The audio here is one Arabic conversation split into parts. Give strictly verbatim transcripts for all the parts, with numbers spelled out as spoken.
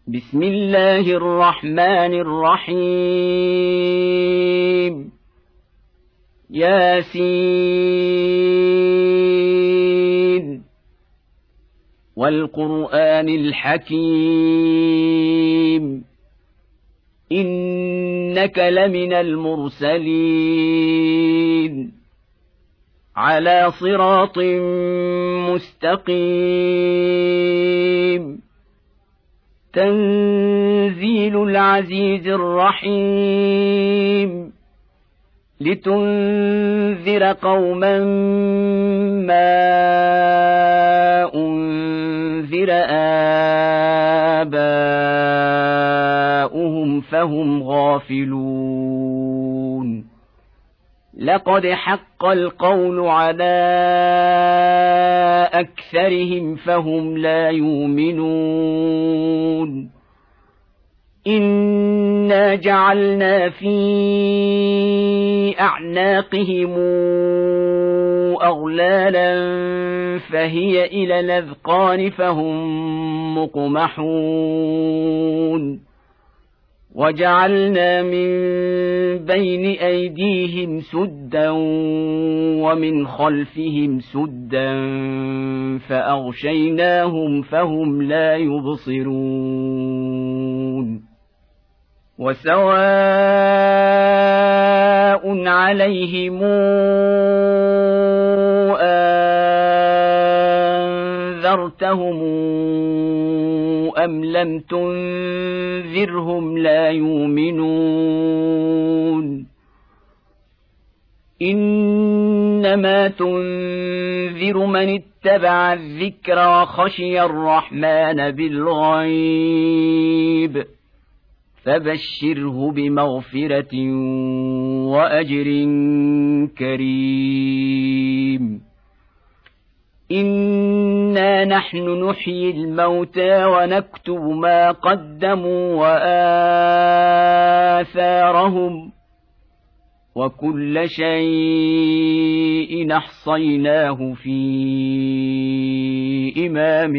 بسم الله الرحمن الرحيم ياسين والقرآن الحكيم إنك لمن المرسلين على صراط مستقيم تنزيل العزيز الرحيم لتنذر قوما ما أنذر آباؤهم فهم غافلون لقد حق القول على أكثرهم فهم لا يؤمنون إنا جعلنا في أعناقهم أغلالا فهي إلى الأذقان فهم مقمحون وجعلنا من بين أيديهم سدا ومن خلفهم سدا فأغشيناهم فهم لا يبصرون وسواء عليهم أنذرتهم أم لم تنذرهم لا يؤمنون إنما تنذر من اتبع الذكر وخشي الرحمن بالغيب فبشره بمغفرة وأجر كريم إنا نحن نحيي الموتى ونكتب ما قدموا وآثارهم وكل شيء أحصيناه في إمام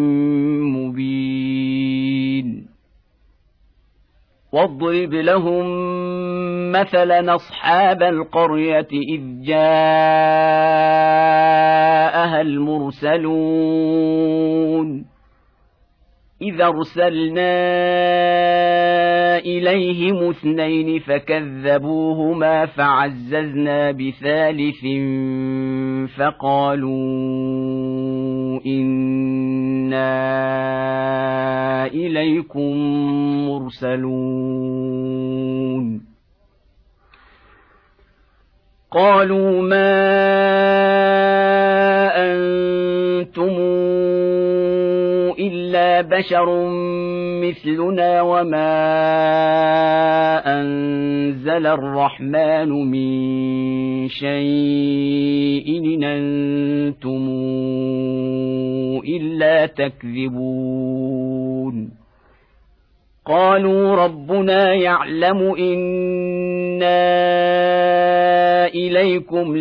مبين واضرب لهم مثلا أصحاب القرية إذ جاءها المرسلون إذ أرسلنا إليهم اثنين فكذبوهما فعززنا بثالث فقالوا إنا إليكم مرسلون قالوا ما أنتم إلا بشر مثلنا وما أنزل الرحمن من شيء إن أنتم إلا تكذبون قالوا ربنا يعلم إنا إليكم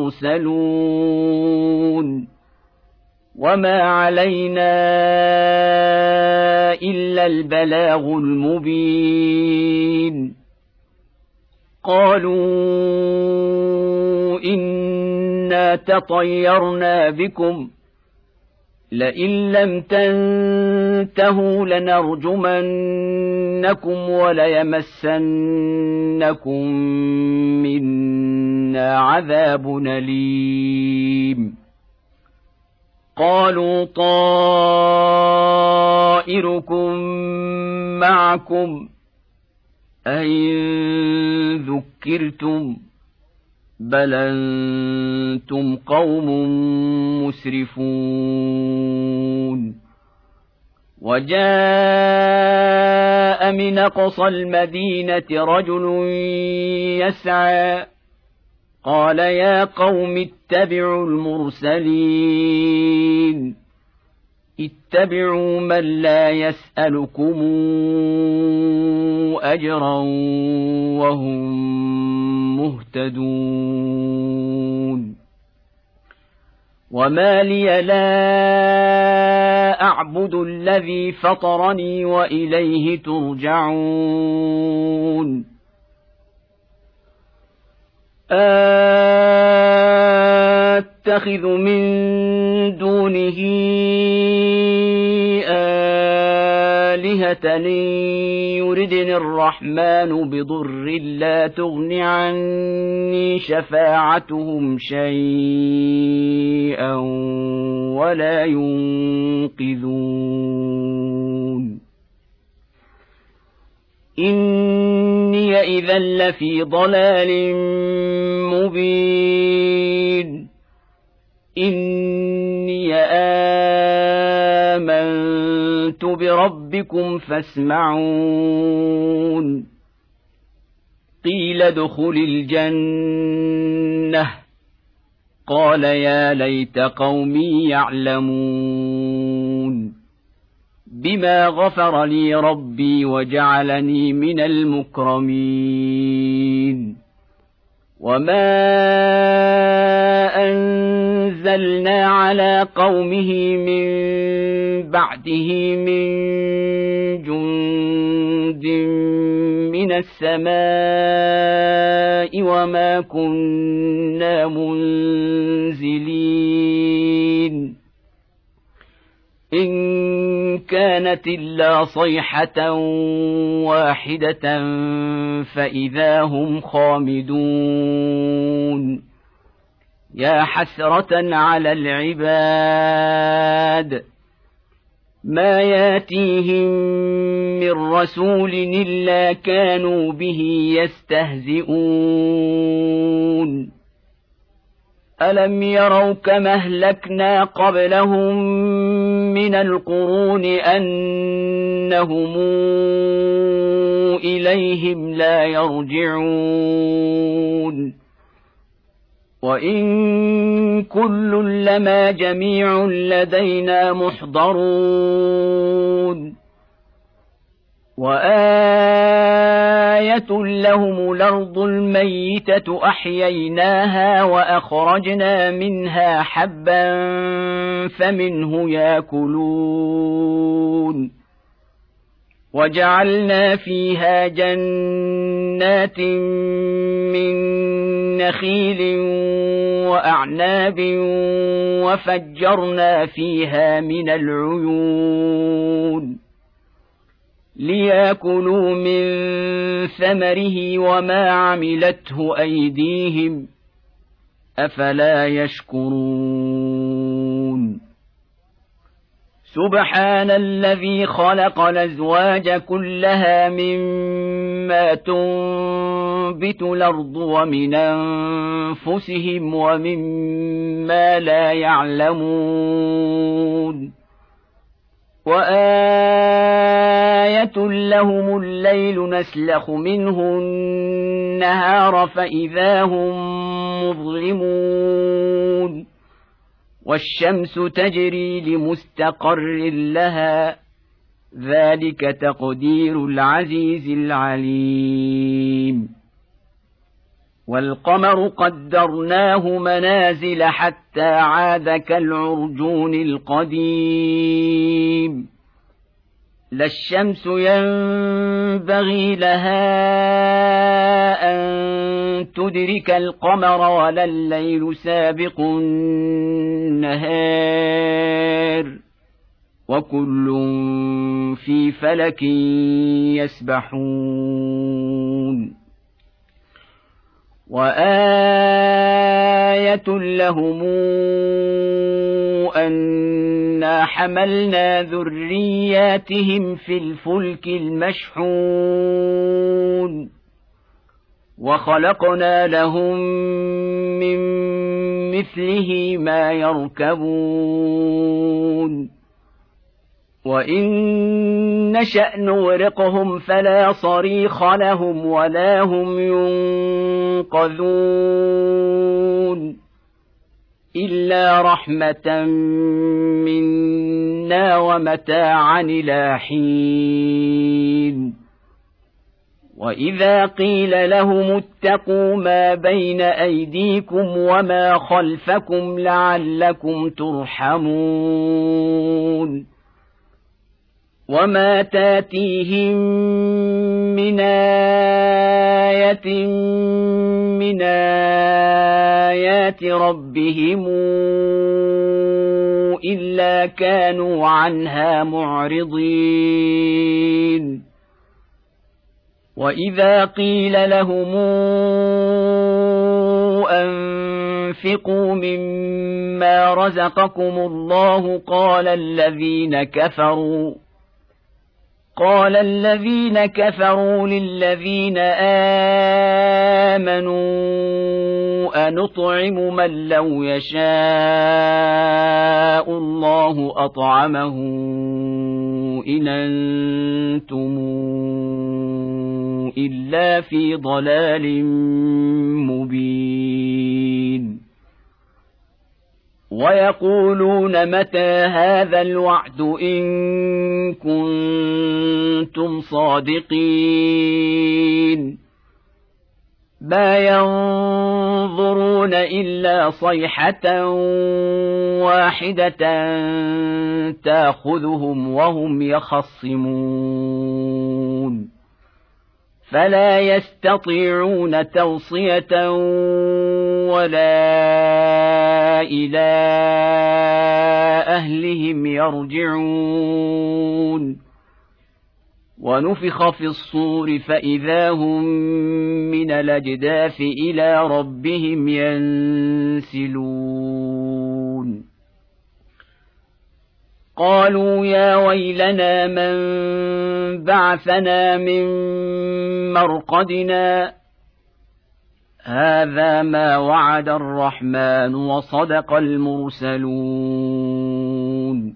لمرسلون وما علينا إلا البلاغ المبين قالوا إنا تطيرنا بكم لئن لم تنتهوا لنرجمنكم وليمسنكم منا عذاب أليم قالوا طائركم معكم أئن ذكرتم بل أنتم قوم مسرفون وجاء من أقصى المدينة رجل يسعى قال يا قوم اتبعوا المرسلين اتبعوا من لا يسألكم أجرا وهم مهتدون وما لي لا أعبد الذي فطرني وإليه ترجعون أتخذ من دونه آلهة يردني الرحمن بضر لا تغن عني شفاعتهم شيئا ولا ينقذون إني إذا لفي ضلال مبين إني آمنت بربكم فاسمعون قيل ادخل الجنة قال يا ليت قومي يعلمون بما غفر لي ربي وجعلني من المكرمين وما أنزلنا على قومه من بعده من جند من السماء وما كنا منزلين إن كانت إلا صيحة واحدة فإذا هم خامدون يا حسرة على العباد ما ياتيهم من رسول إلا كانوا به يستهزئون ألم يروا كما أهلكنا قبلهم من القرون أنهم إليهم لا يرجعون وإن كل لما جميع لدينا محضرون وآية لهم الأرض الميتة أحييناها وأخرجنا منها حبا فمنه يأكلون وجعلنا فيها جنات من نخيل وأعناب وفجرنا فيها من العيون ليأكلوا من ثمره وما عملته أيديهم أفلا يشكرون سبحان الذي خلق الأزواج كلها مما تنبت الأرض ومن أنفسهم ومما لا يعلمون وآية لهم الليل نسلخ منه النهار فإذا هم مظلمون والشمس تجري لمستقر لها ذلك تقدير العزيز العليم والقمر قدرناه منازل حتى عاد كالعرجون القديم لا الشمس ينبغي لها أن تدرك القمر ولا الليل سابق النهار وكل في فلك يسبحون وآية لهم أنا حملنا ذرياتهم في الفلك المشحون وخلقنا لهم من مثله ما يركبون وإن نشأ نغرقهم فلا صريخ لهم ولا هم ينقذون إلا رحمة منا ومتاعا إلى حين وإذا قيل لهم اتقوا ما بين أيديكم وما خلفكم لعلكم ترحمون وما تاتيهم من آية من آيات ربهم إلا كانوا عنها معرضين وإذا قيل لهم أنفقوا مما رزقكم الله قال الذين كفروا قال الذين كفروا للذين آمنوا أنطعم من لو يشاء الله أطعمه إن أنتم إلا في ضلال مبين ويقولون متى هذا الوعد إن كنتم صادقين ما ينظرون إلا صيحة واحدة تأخذهم وهم يخصمون فلا يستطيعون توصية ولا إلى أهلهم يرجعون ونفخ في الصور فإذا هم من الأجداث إلى ربهم ينسلون قالوا يا ويلنا من بعثنا من مرقدنا هذا ما وعد الرحمن وصدق المرسلون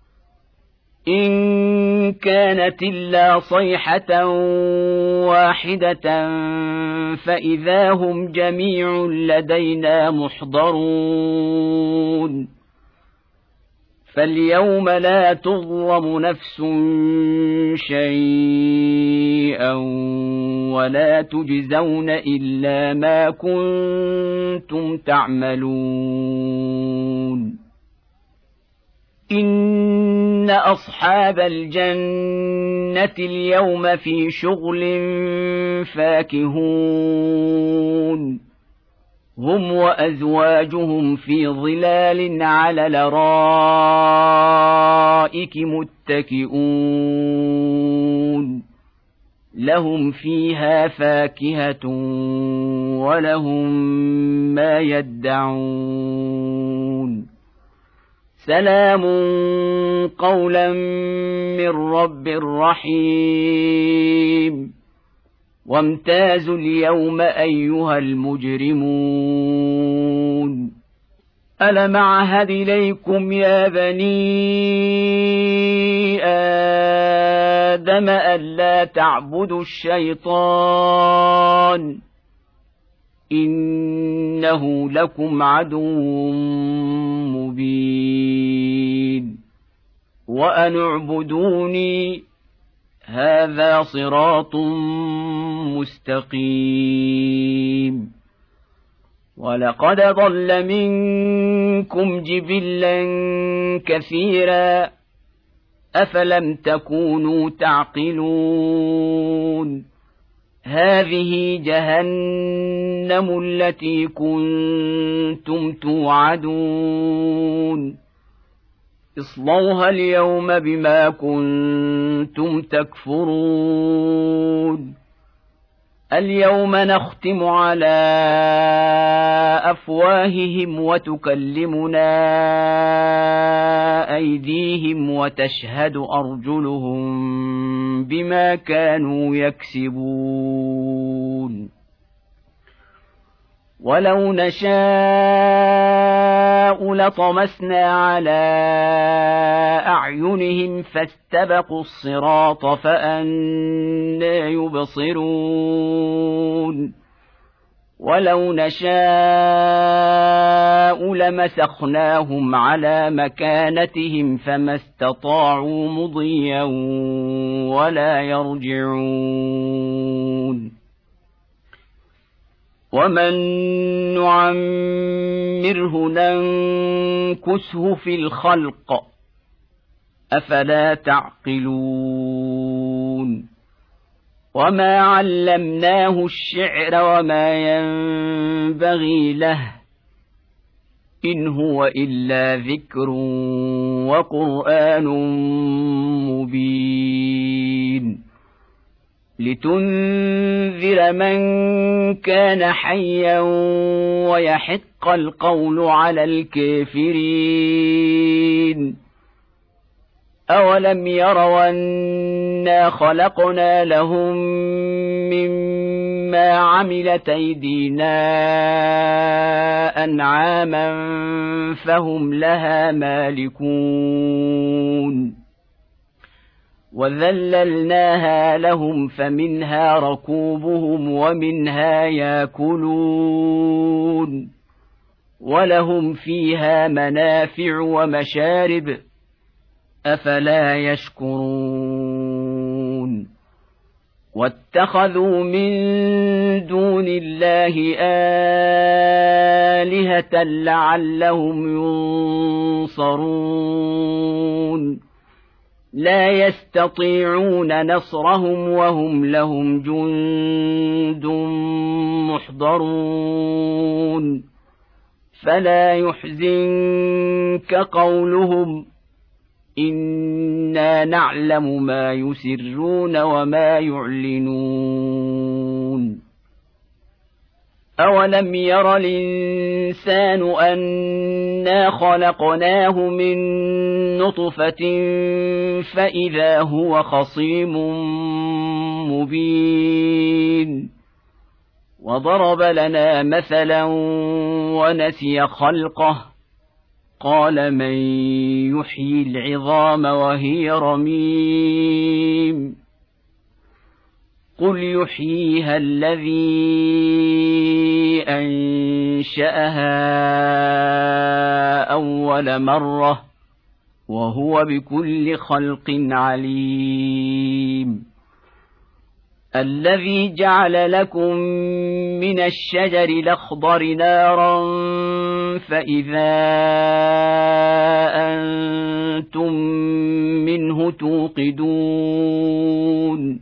إن كانت إلا صيحة واحدة فإذا هم جميع لدينا محضرون فاليوم لا تظلم نفس شيئا ولا تجزون إلا ما كنتم تعملون إن أصحاب الجنة اليوم في شغل فاكهون هم وأزواجهم في ظلال على الأرائك متكئون لهم فيها فاكهة ولهم ما يدعون سلام قولا من رب رحيم وامتازوا اليوم أيها المجرمون ألم أعهد إليكم يا بني آدم ألا تعبدوا الشيطان إنه لكم عدو مبين وأن اعبدوني هذا صراط مستقيم ولقد ضل منكم جبلا كثيرا أفلم تكونوا تعقلون هذه جهنم التي كنتم توعدون اصلوها اليوم بما كنتم تكفرون اليوم نختم على أفواههم وتكلمنا أيديهم وتشهد أرجلهم بما كانوا يكسبون ولو نشاء لطمسنا على أعينهم فاستبقوا الصراط فأنى يبصرون ولو نشاء لمسخناهم على مكانتهم فما استطاعوا مضيا ولا يرجعون ومن نعمره ننكسه في الخلق أفلا تعقلون وما علمناه الشعر وما ينبغي له إن هو إلا ذكر وقرآن مبين لتنذر من كان حيا ويحق القول على الكافرين أولم يروا أنا خلقنا لهم مما عملت أيدينا أنعاما فهم لها مالكون وذللناها لهم فمنها ركوبهم ومنها ياكلون ولهم فيها منافع ومشارب أفلا يشكرون واتخذوا من دون الله آلهة لعلهم ينصرون لا يستطيعون نصرهم وهم لهم جند محضرون فلا يحزنك قولهم إنا نعلم ما يسرون وما يعلنون أولم ير الإنسان أنا خلقناه من نطفة فإذا هو خصيم مبين وضرب لنا مثلا ونسي خلقه قال من يحيي العظام وهي رميم قل يحييها الذي أنشأها أول مرة وهو بكل خلق عليم الذي جعل لكم من الشجر الأخضر نارا فإذا أنتم منه توقدون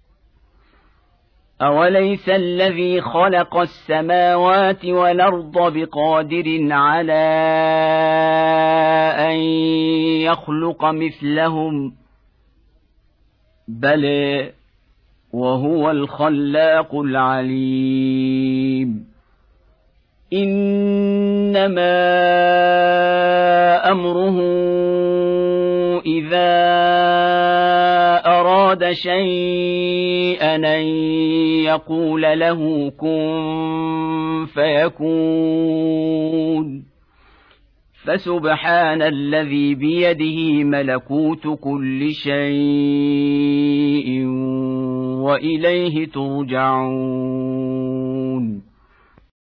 أوليس الذي خلق السماوات والأرض بقادر على أن يخلق مثلهم بلى وهو الخلاق العليم إنما أمره إذا أراد شيئا أن يقول له كن فيكون فسبحان الذي بيده ملكوت كل شيء وإليه ترجعون